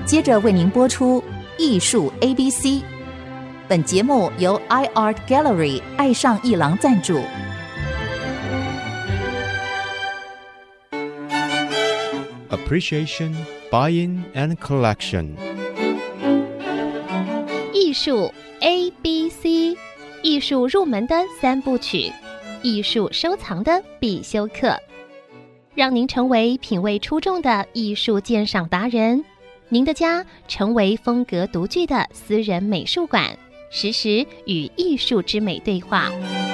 接着为您播出艺术 ABC。 本节目由 iArt Gallery 爱上艺廊赞助。 Appreciation, Buying and Collection。 艺术 ABC， 艺术入门的三部曲，艺术收藏的必修课，让您成为品味出众的艺术鉴赏达人，您的家成为风格独具的私人美术馆，时时与艺术之美对话。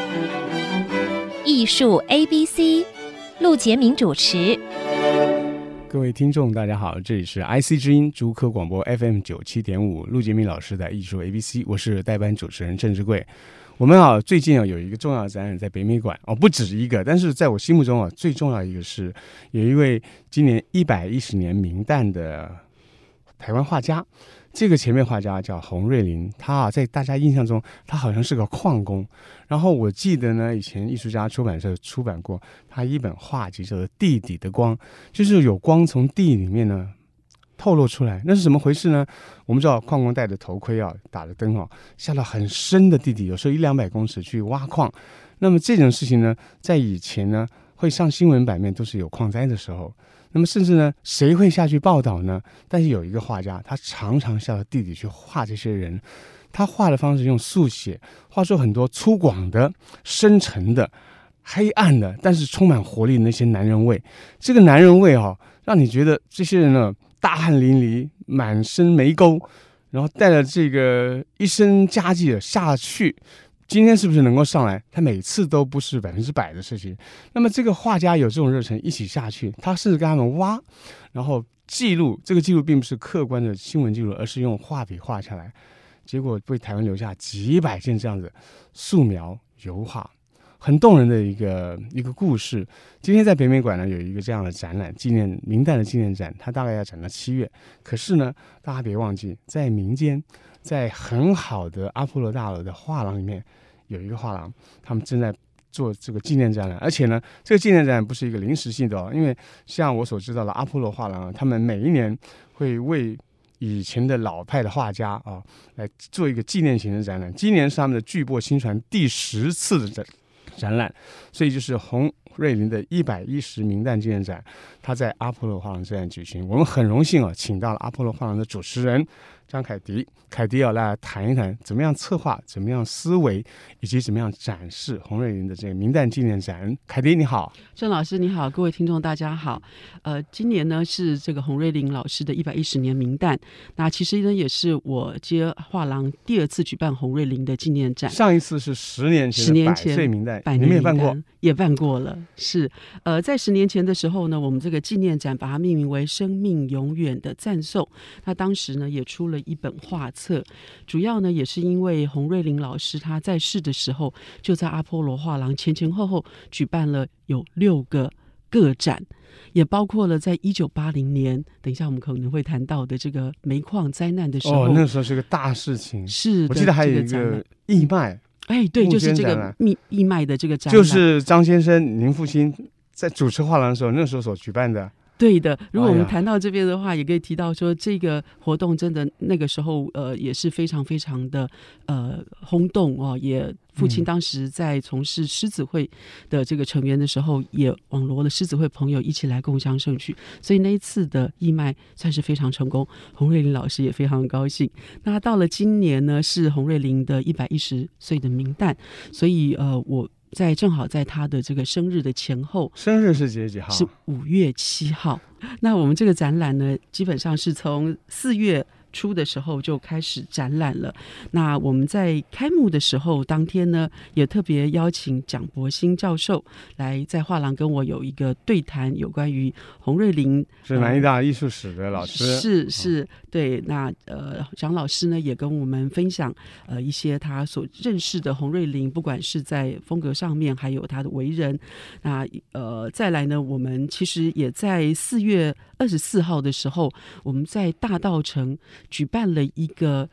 艺术 ABC， 陆杰明主持。 各位听众大家好，这里是 IC 之音竹科广播 FM 97.5， 陆杰明老师的艺术 ABC， 我是代班主持人郑志贵。我们最近有一个重要的展览在北美馆不止一个，但是在我心目中最重要一个是有一位今年110年冥诞的台湾画家。这个前面画家叫洪瑞麟，他在大家印象中他好像是个矿工。然后我记得呢，以前艺术家出版社出版过他一本画集叫做《地底的光》，就是有光从地里面呢透露出来。那是怎么回事呢？我们知道矿工戴着头盔打着灯下到很深的地底，有时候100-200公尺去挖矿。那么这种事情呢，在以前呢会上新闻版面，都是有矿灾的时候。那么甚至呢，谁会下去报道呢？但是有一个画家，他常常下到地底去画这些人。他画的方式用速写，画出很多粗犷的、深沉的、黑暗的，但是充满活力的那些男人味。这个男人味让你觉得这些人呢，大汗淋漓，满身眉沟，然后带着这个一身家计下去。今天是不是能够上来？他每次都不是100%的事情。那么这个画家有这种热忱，一起下去，他甚至跟他们挖，然后记录。这个记录并不是客观的新闻记录，而是用画笔画下来。结果为台湾留下几百件这样子素描油画，很动人的一个故事。今天在北美馆呢有一个这样的展览，纪念冥诞的纪念展，它大概要展到7月。可是呢，大家别忘记，在民间，在很好的阿波罗大楼的画廊里面，有一个画廊，他们正在做这个纪念展览。而且呢，这个纪念展览不是一个临时性的因为像我所知道的阿波罗画廊他们每一年会为以前的老派的画家来做一个纪念型的展览。今年是他们的巨擘新传第10次的展览，所以就是洪瑞麟的110冥诞纪念展，他在阿波罗画廊这样举行。我们很荣幸请到了阿波罗画廊的主持人张凯迪。凯迪要来谈一谈怎么样策划，怎么样思维，以及怎么样展示洪瑞麟的这个冥诞纪念展。凯迪你好。 郑老师你好，各位听众大家好。今年呢是这个洪瑞麟老师的110年冥诞，那其实呢也是我接画廊第2次举办洪瑞麟的纪念展。 上一次是10年前的100岁冥诞，你们也办过？ 也办过了，是在10年前的时候呢，我们这个纪念展把它命名为生命永远的赞颂。那当时呢也出了一本画册，主要呢也是因为洪瑞麟老师他在世的时候，就在阿波罗画廊前后举办了有6个个展，也包括了在1980年，等一下我们可能会谈到的这个煤矿灾难的时候。 那时候是个大事情。 是的， 我记得还有一个义卖。 对，就是这个义卖的这个展览， 就是张先生您父亲在主持画廊的时候，那时候所举办的。 对的，如果我们谈到这边的话，也可以提到说这个活动真的那个时候也是非常非常的轰动也父亲当时在从事狮子会的这个成员的时候，也网罗了狮子会朋友一起来共襄盛举，所以那一次的义卖算是非常成功，洪瑞麟老师也非常高兴。那到了今年呢，是洪瑞麟的110岁的冥诞，所以我正好在他的这个生日的前后。 生日是几号？ 是5月7号。那我们这个展览呢，基本上是从4月初的时候就开始展览了。那我们在开幕的时候当天呢，也特别邀请蒋伯兴教授来在画廊跟我有一个对谈，有关于洪瑞麟， 是南艺大艺术史的老师。 是对。那蒋老师呢也跟我们分享一些他所认识的洪瑞麟，不管是在风格上面，还有他的为人。那再来呢，我们其实也在4月24号的时候，我们在大稻埕举办了一个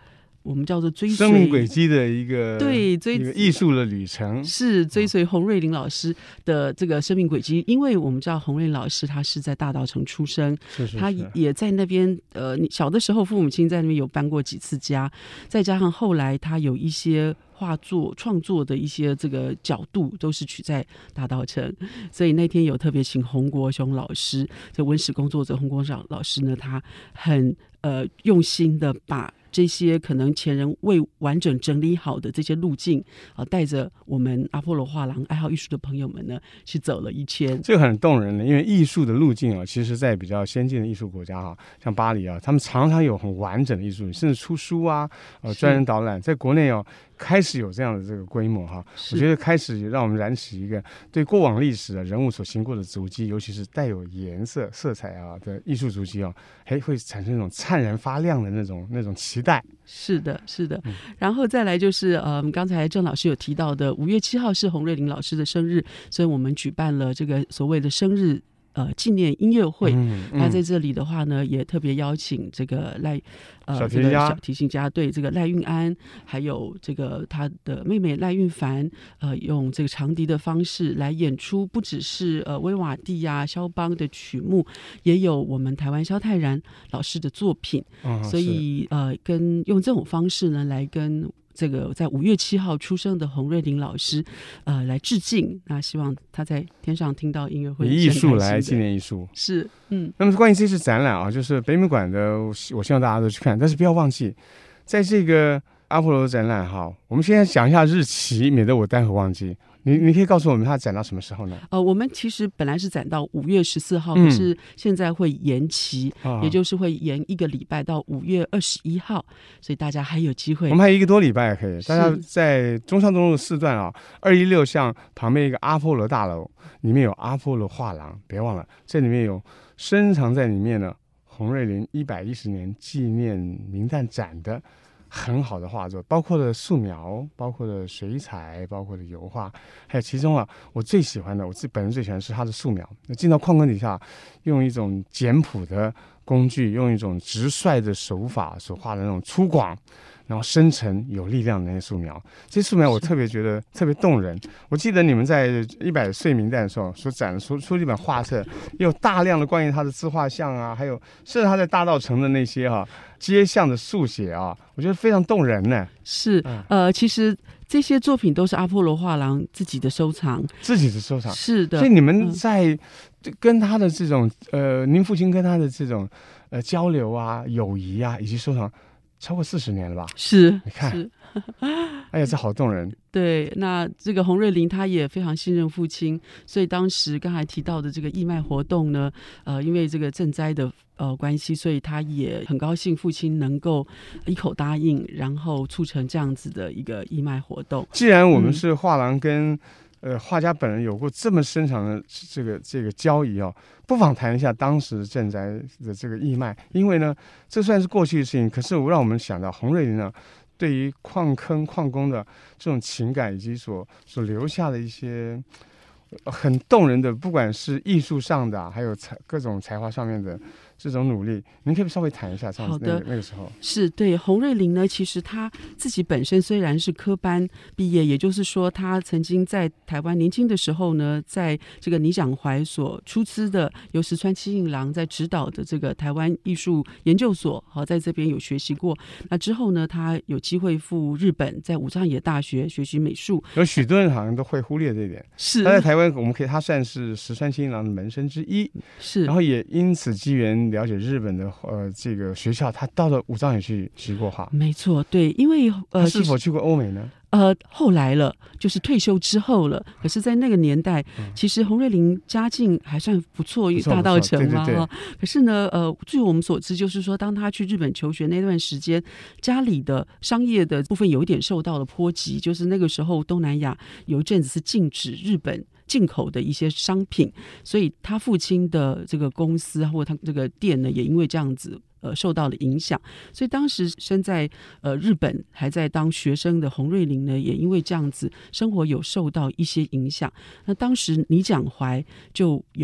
我们叫做追随生命轨迹的一个对一个艺术的旅程， 是追随洪瑞麟老师的这个生命轨迹。因为我们知道洪瑞麟老师他是在大稻埕出生，他也在那边小的时候父母亲在那边有搬过几次家，再加上后来他有一些画作创作的一些这个角度都是取在大稻埕，所以那天有特别请洪国雄老师，这文史工作者洪国雄老师呢，他很用心的把这些可能前人未完整整理好的这些路径带着我们阿波罗画廊爱好艺术的朋友们呢去走了一圈。 这个很动人的，因为艺术的路径其实在比较先进的艺术国家像巴黎他们常常有很完整的艺术，甚至出书专人导览，在国内开始有这样的这个规模我觉得开始让我们燃起一个对过往历史的人物所行过的足迹，尤其是带有颜色色彩的艺术足迹会产生一种灿然发亮的那种期待。 是的是的然后再来就是刚才郑老师有提到的5月7号是洪瑞麟老师的生日，所以我们举办了这个所谓的生日纪念音乐会。那在这里的话呢，也特别邀请这个小提琴家对这个赖韵安，还有这个他的妹妹赖韵凡，用这个长笛的方式来演出，不只是威瓦第肖邦的曲目，也有我们台湾萧泰然老师的作品。所以用这种方式呢，来跟这个在5月7号出生的洪瑞麟老师来致敬。那希望他在天上听到音乐会， 以艺术来纪念艺术。 是那么关于这次展览就是北美馆的，我希望大家都去看，但是不要忘记在这个阿波罗展览我们现在讲一下日期，免得我待会忘记。你可以告诉我们它展到什么时候呢？ 我们其实本来是展到5月14号，可是现在会延期，也就是会延1个礼拜到5月21号，所以大家还有机会。 我们还有1个多礼拜可以，大家在中山东路4段216巷旁边一个阿波罗大楼，里面有阿波罗画廊，别忘了这里面有深藏在里面的洪瑞麟110年纪念名旦展的很好的画作，包括了素描，包括了水彩，包括了油画，还有其中我最喜欢的，我本人最喜欢的是他的素描。进到矿坑底下，用一种简朴的工具，用一种直率的手法所画的那种粗犷然后深沉有力量的那些素描，这些素描我特别觉得特别动人。我记得你们在100岁名旦的时候所展的出一本画册，也有大量的关于他的自画像还有甚至他在大稻埕的那些街巷的速写我觉得非常动人呢。 是其实这些作品都是阿波罗画廊自己的收藏，是的。所以你们在跟他的这种您父亲跟他的这种交流友谊以及收藏超过40年了吧？ 是， 你看，哎呀，这好动人。 对，那这个洪瑞麟他也非常信任父亲，所以当时刚才提到的这个义卖活动呢，因为这个赈灾的关系，所以他也很高兴父亲能够一口答应，然后促成这样子的一个义卖活动。 既然我们是画廊跟画家本人有过这么深长的这个交易不妨谈一下当时赈灾的这个义卖，因为呢，这算是过去的事情，可是让我们想到洪瑞麟呢，对于矿坑矿工的这种情感，以及所留下的一些很动人的，不管是艺术上的还有各种才华上面的这种努力，您可以稍微谈一下上次那个时候。 是，对，洪瑞麟呢，其实他自己本身虽然是科班毕业，也就是说他曾经在台湾年轻的时候呢，在这个倪蒋怀所出资的由石川七应郎在指导的这个台湾艺术研究所在这边有学习过。那之后呢，他有机会赴日本，在武藏野大学学习美术。 有许多人好像都会忽略这一点， 是他在台湾他算是石川七应郎的门生之一， 是， 然后也因此机缘了解日本的这个学校，他到了武藏野去学过画。 没错，对，因为他是否去过欧美呢？ 后来了，就是退休之后了。可是，在那个年代，其实洪瑞麟家境还算不错，因为大稻埕嘛。可是呢，据我们所知，就是说，当他去日本求学那段时间，家里的商业的部分有一点受到了波及，就是那个时候东南亚有一阵子是禁止日本进口的一些商品，所以他父亲的这个公司或他这个店呢，也因为这样子受到了影响，所以当时身在日本还在当学生的洪瑞麟呢，也因为这样子生活有受到一些影响。那当时倪蒋怀就有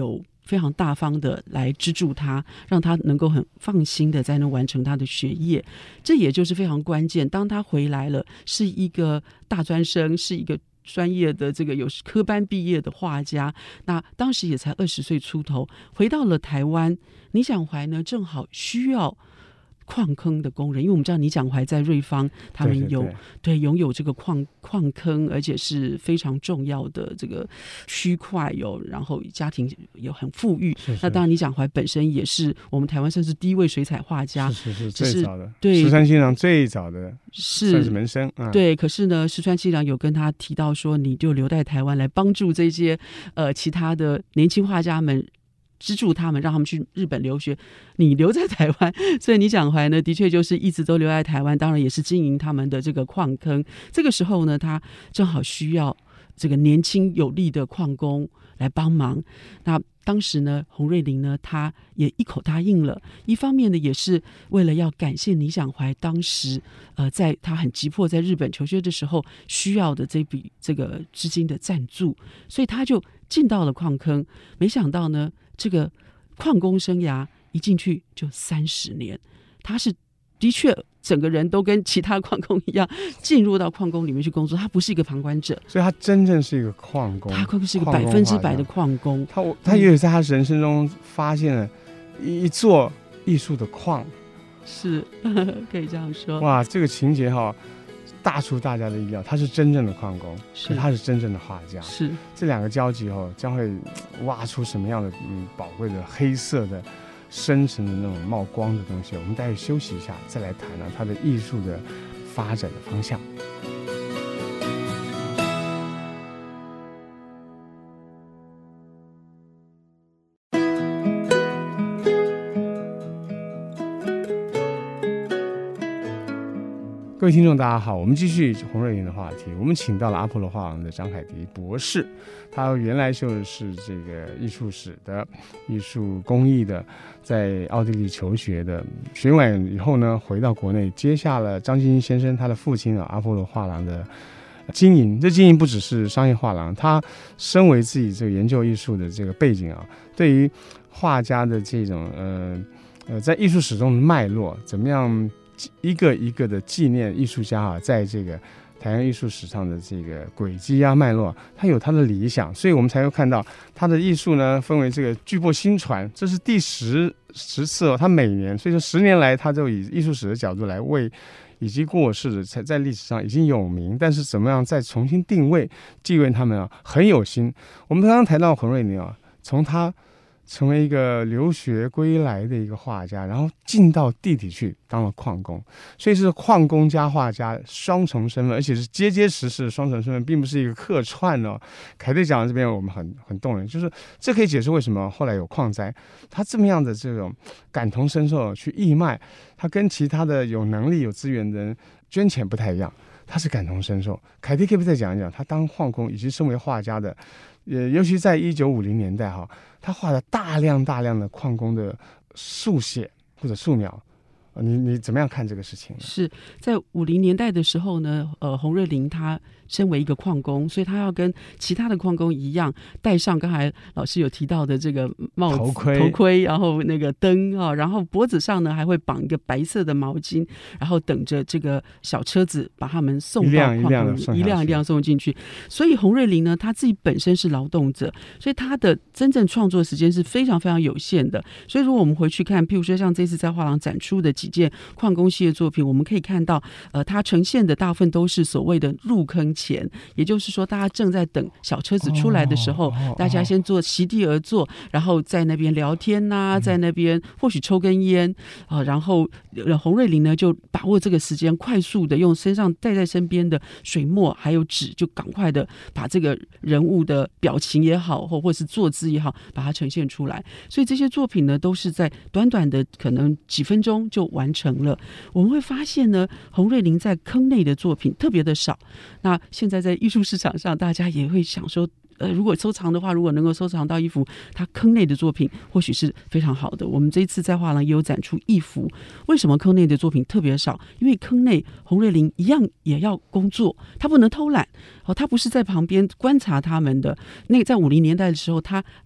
非常大方的来资助他，让他能够很放心的在那完成他的学业。这也就是非常关键，当他回来了，是一个大专生，是一个专业的这个有科班毕业的画家，那当时也才20岁出头，回到了台湾，倪蒋怀呢正好需要矿坑的工人，因为我们知道倪蒋怀在瑞芳，他们对拥有这个矿坑，而且是非常重要的这个区块然后家庭有很富裕。是那当然，倪蒋怀本身也是我们台湾算是第一位水彩画家， 是最早的， 对石川清良最早的，算是门生。 对，可是呢，石川清良有跟他提到说，你就留在台湾来帮助这些其他的年轻画家们。资助他们，让他们去日本留学，你留在台湾，所以倪蒋怀呢，的确就是一直都留在台湾，当然也是经营他们的这个矿坑。这个时候呢，他正好需要这个年轻有力的矿工来帮忙。那当时呢，洪瑞麟呢，他也一口答应了。一方面呢，也是为了要感谢倪蒋怀当时在他很急迫在日本求学的时候需要的这笔这个资金的赞助，所以他就进到了矿坑。没想到呢，这个矿工生涯一进去就30年，他是的确整个人都跟其他矿工一样进入到矿工里面去工作，他不是一个旁观者， 所以他真正是一个矿工， 他是一个100%的矿工。 他也有在他人生中发现了一座艺术的矿， 是可以这样说。 哇，这个情节大出大家的意料，他是真正的矿工，他是真正的画家。是这两个交集将会挖出什么样的宝贵的黑色的深层的那种冒光的东西。我们待会休息一下，再来谈他的艺术的发展的方向。各位听众大家好，我们继续洪瑞麟的话题。我们请到了阿波罗画廊的张凯迪博士，他原来就是这个艺术史的艺术工艺的，在奥地利求学的，学完以后呢，回到国内接下了张金先生他的父亲阿波罗画廊的经营。这经营不只是商业画廊，他身为自己这个研究艺术的这个背景对于画家的这种在艺术史中的脉络，怎么样一个一个的纪念艺术家在这个台湾艺术史上的这个轨迹脉络，他有他的理想，所以我们才会看到他的艺术呢分为这个巨擘新传，这是第10次他每年，所以说10年来他就以艺术史的角度来为已经过世的在历史上已经有名，但是怎么样再重新定位纪念他们很有心。我们刚刚谈到洪瑞麟从他成为一个留学归来的一个画家，然后进到地底去当了矿工，所以是矿工加画家双重身份，而且是结结实实的双重身份，并不是一个客串凯蒂讲到这边我们很动人，就是这可以解释为什么后来有矿灾，他这么样的这种感同身受去义卖，他跟其他的有能力有资源的人捐钱不太一样，他是感同身受。凯蒂可不可以再讲一讲他当矿工以及身为画家的，尤其在1950年代他画了大量的矿工的速写或者素描，你怎么样看这个事情呢？是在50年代的时候呢，洪瑞麟他身为一个矿工，所以他要跟其他的矿工一样，戴上刚才老师有提到的这个帽子、头盔，然后那个灯然后脖子上呢还会绑一个白色的毛巾，然后等着这个小车子把他们送到矿工里，一辆一辆送进去。所以洪瑞麟呢，他自己本身是劳动者，所以他的真正创作时间是非常非常有限的。所以如果我们回去看，譬如说像这次在画廊展出的几件矿工系列作品，我们可以看到它呈现的大部分都是所谓的入坑前，也就是说大家正在等小车子出来的时候，大家先席地而坐，然后在那边聊天在那边或许抽根烟然后洪瑞麟呢就把握这个时间，快速的用身上带在身边的水墨还有纸，就赶快的把这个人物的表情也好或是坐姿也好把它呈现出来。所以这些作品呢都是在短短的可能几分钟就完成了。我们会发现呢，洪瑞麟在坑内的作品特别的少。那现在在艺术市场上，大家也会想说如果收藏的话，如果能够收藏到一幅他坑内的作品，或许是非常好的。我们这一次在画廊也有展出一幅。为什么坑内的作品特别少？因为坑内洪瑞麟一样也要工作，他不能偷懒他不是在旁边观察他们的。那个在50年代的时候，他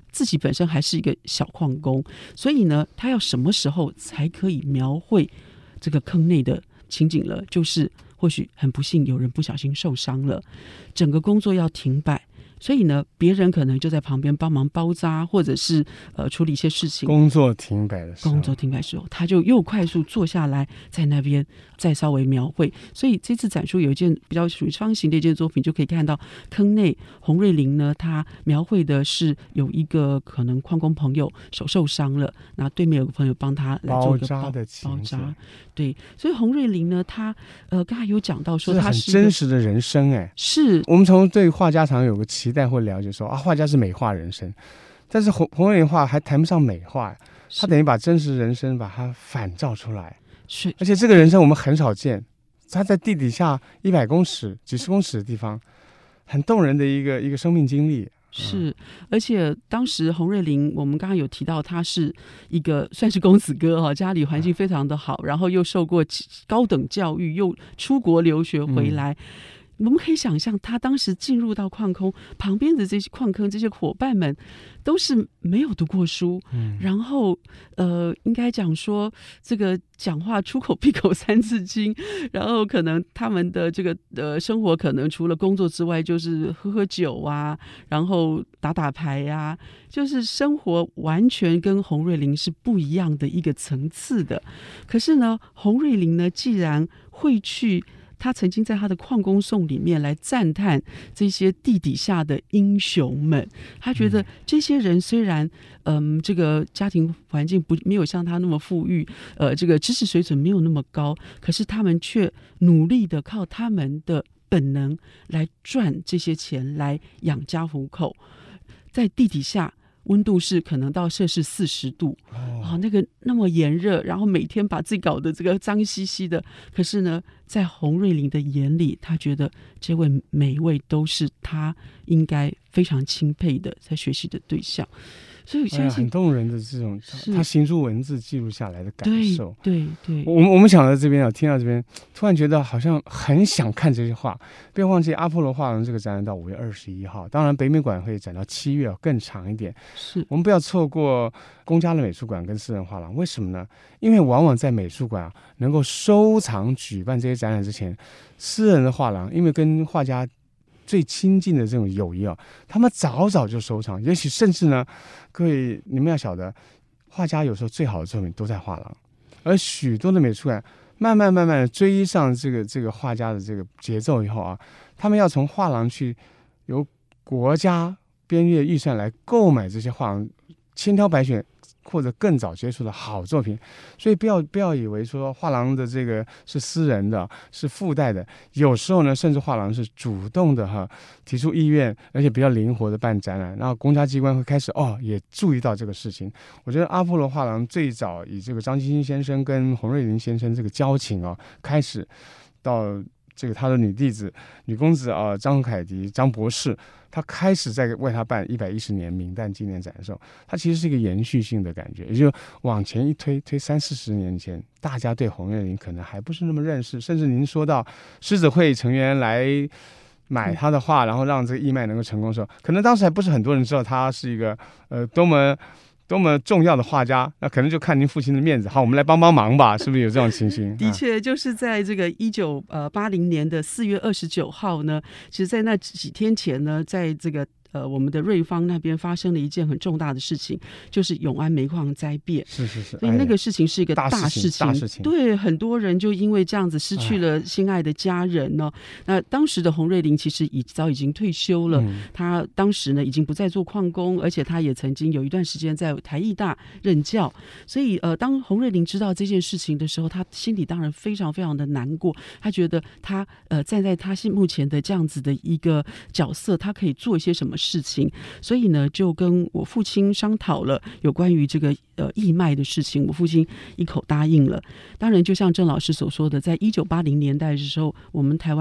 自己本身还是一个小矿工，所以呢，他要什么时候才可以描绘这个坑内的情景了？就是或许很不幸有人不小心受伤了，整个工作要停摆。所以呢，别人可能就在旁边帮忙包扎，或者是处理一些事情。 工作停摆的时候， 他就又快速坐下来，在那边再稍微描绘。所以这次展出有一件比较属于方形的一件作品，就可以看到坑内洪瑞麟呢，他描绘的是有一个可能矿工朋友手受伤了，那对面有个朋友帮他来做一个包扎。对，所以洪瑞麟呢，他刚才有讲到说他是很真实的人生， 是我们从对画家常有个期待或了解说画家是美化人生，但是洪瑞麟画还谈不上美化，他等于把真实人生把它反照出来， 是， 而且这个人生我们很少见，他在地底下100公尺、几十公尺的地方，很动人的一个生命经历。 是，而且当时洪瑞麟，我们刚刚有提到，他是一个算是公子哥家里环境非常的好，然后又受过高等教育，又出国留学回来。我们可以想象，他当时进入到矿坑旁边的这些矿坑，这些伙伴们都是没有读过书，然后应该讲说这个讲话出口闭口三字经，然后可能他们的这个生活可能除了工作之外，就是喝酒啊，然后打牌啊，就是生活完全跟洪瑞麟是不一样的一个层次的。可是呢，洪瑞麟呢，既然会去。他曾经在他的矿工颂里面来赞叹这些地底下的英雄们，他觉得这些人虽然这个家庭环境没有像他那么富裕，这个知识水准没有那么高，可是他们却努力的靠他们的本能来赚这些钱来养家糊口，在地底下温度是可能到摄氏40度，那个那么炎热，然后每天把自己搞得这个脏兮兮的。可是呢，在洪瑞麟的眼里，他觉得这位每一位都是他应该非常钦佩的在学习的对象。所以相信很动人的这种他行书文字记录下来的感受。 对， 我们想到这边听到这边，突然觉得好像很想看这些画。不要忘记阿波罗画廊这个展览到5月21号，当然北美馆会展到7月，更长一点。 是我们不要错过公家的美术馆跟私人画廊。为什么呢？因为往往在美术馆能够收藏举办这些展览之前，私人的画廊因为跟画家最亲近的这种友谊他们早就收藏，也许甚至呢，各位你们要晓得，画家有时候最好的作品都在画廊，而许多的美术馆慢慢的追上这个画家的这个节奏以后他们要从画廊去由国家编列预算来购买这些画廊千挑百选或者更早接触的好作品，所以不要以为说画廊的这个是私人的，是附带的，有时候呢，甚至画廊是主动的提出意愿，而且比较灵活的办展览，然后公家机关会开始也注意到这个事情。我觉得阿波罗画廊最早以这个张金星先生跟洪瑞麟先生这个交情开始，到这个他的女弟子、女公子张凯迪、张博士。他开始在为他办110年明旦纪念展的时候，他其实是一个延续性的感觉，也就往前一推30-40年前，大家对洪瑞麟可能还不是那么认识，甚至您说到狮子会成员来买他的画，然后让这个义卖能够成功的时候，可能当时还不是很多人知道他是一个多么重要的画家，那可能就看您父亲的面子，好，我们来帮忙吧，是不是有这种情形？ 的确，就是在这个1980年的4月29号呢，其实在那几天前呢，在这个我们的瑞芳那边发生了一件很重大的事情，就是永安煤矿灾变。 是， 所以那个事情是一个大事情。对，很多人就因为这样子失去了心爱的家人呢。那当时的洪瑞麟其实早已经退休了，他当时呢已经不再做矿工，而且他也曾经有一段时间在台艺大任教。所以当洪瑞麟知道这件事情的时候，他心里当然非常非常的难过。他觉得他站在他目前的这样子的一个角色，他可以做一些什么事情，所以呢就跟我父亲商讨了有关于这个义卖的事情，我父亲一口答应了。当然就像郑老师所说的，在1980年代的时候，我们台湾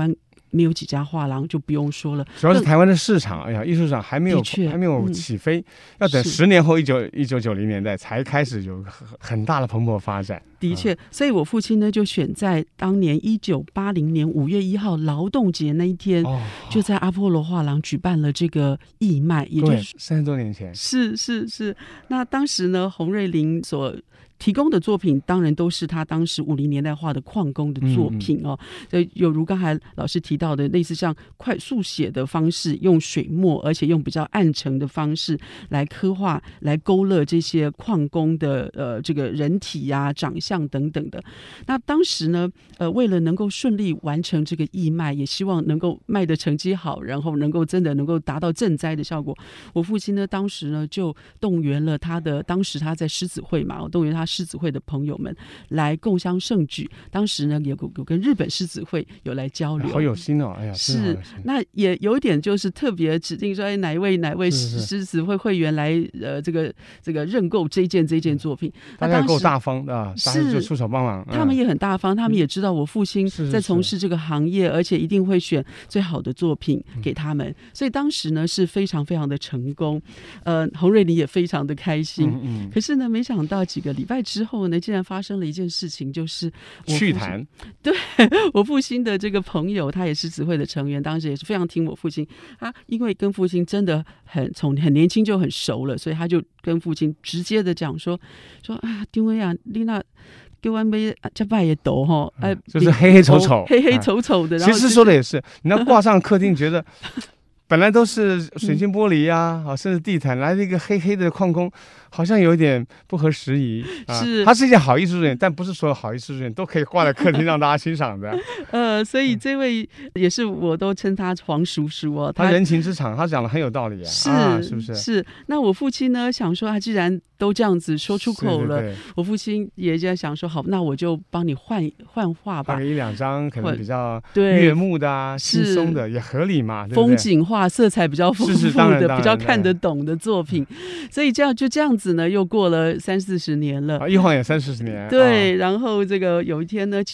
没有几家画廊，就不用说了。 主要是台湾的市场，哎呀，艺术市场还没有起飞，要等10年后1990年代才开始有很大的蓬勃发展。 的确，所以我父亲呢就选在当年1980年5月1号劳动节那一天，就在阿波罗画廊举办了这个义卖，也就是 30多年前。 是。那当时呢，洪瑞麟所提供的作品当然都是他当时50年代画的矿工的作品哦，有如刚才老师提到的类似像快速写的方式，用水墨而且用比较暗沉的方式来刻画来勾勒这些矿工的这个人体啊长相等等的。那当时呢为了能够顺利完成这个义卖，也希望能够卖的成绩好，然后能够真的能够达到赈灾的效果，我父亲呢当时呢就动员了当时他在狮子会嘛，动员他狮子会的朋友们来共襄盛举。当时呢有跟日本狮子会有来交流， 好有心哦！哎呀， 是。那也有一点就是特别指定说，哪位狮子会会员来这个认购这件作品。 大家够大方的啊，大家就出手帮忙。 他们也很大方，他们也知道我父亲在从事这个行业，而且一定会选最好的作品给他们。所以当时呢是非常非常的成功。洪瑞麟也非常的开心。可是呢，没想到几个礼拜之后呢，竟然发生了一件事情，就是趣谈。 对，我父亲的这个朋友，他也是狮子会的成员，当时也是非常听我父亲。因为跟父亲真的从很年轻就很熟了，所以他就跟父亲直接的讲说啊，丁威啊，你那给我买这摆也抖哈， 就是黑黑丑丑的。 其实说的也是，你要挂上客厅，觉得本来都是水晶玻璃啊，甚至地毯，来了一个黑黑的矿工，好像有点不合时宜。 是， 它是一件好艺术品，但不是所有好艺术品都可以挂在客厅让大家欣赏的。 所以这位也是我都称他黄叔叔哦， 他人情之长，他讲的很有道理啊，是不是？ 是。那我父亲呢想说，既然都这样子说出口了， 对， 我父亲也在想说，好，那我就帮你换画吧， 换个1-2张可能比较悦目的啊，轻松的也合理嘛，对不对？ 风景画色彩比较丰富的，比较看得懂的作品。所以这样子呢，又过了30-40年了， 一晃也30-40年。 对，然后这个有一天呢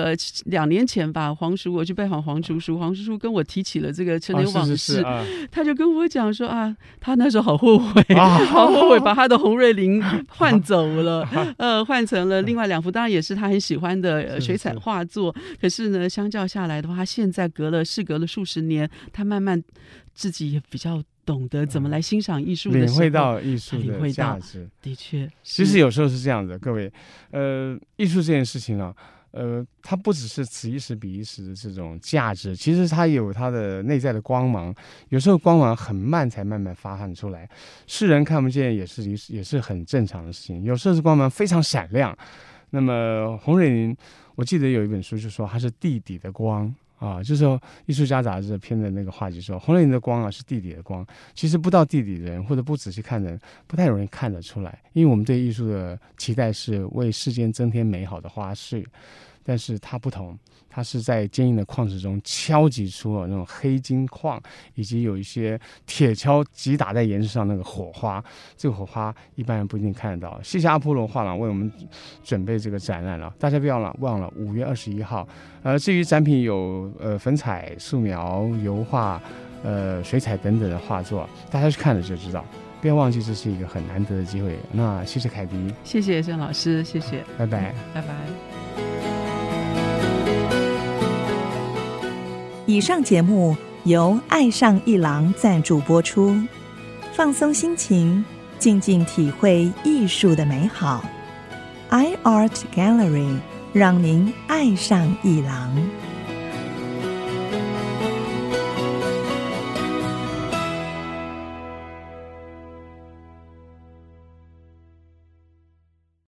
，2年前吧，我去拜访黄叔叔跟我提起了这个陈年往事，他就跟我讲说啊，他那时候好后悔，好后悔把他的洪瑞麟换走了，换成了另外2幅，当然也是他很喜欢的水彩画作。可是呢，相较下来的话，他现在隔了数十年，他慢慢自己也比较懂得怎么来欣赏艺术的时候， 领会到艺术的价值。 的确， 其实有时候是这样的，各位，艺术这件事情啊，它不只是此一时彼一时的这种价值，其实它有它的内在的光芒。有时候光芒很慢才慢慢发放出来，世人看不见也是很正常的事情。有时候是光芒非常闪亮。那么洪瑞麟，我记得有一本书就说它是地底的光啊，就是说艺术家杂志篇的那个话题说，洪瑞麟的光啊是地底的光。其实不到地底的人或者不仔细看的人，不太容易看得出来，因为我们对艺术的期待是为世间增添美好的花絮，但是它不同，它是在坚硬的矿石中敲击出了那种黑金矿，以及有一些铁锹击打在岩石上那个火花，这个火花一般人不一定看得到。谢谢阿波罗画廊为我们准备这个展览了，大家不要忘了5月21号。至于展品有粉彩、素描、油画、水彩等等的画作，大家去看了就知道。不要忘记，这是一个很难得的机会。那谢谢凯迪， 谢谢郑老师，谢谢， 拜拜， 拜拜。 以上节目由爱上一郎赞助播出，放松心情，静静体会艺术的美好。iArt Gallery 让您爱上一郎。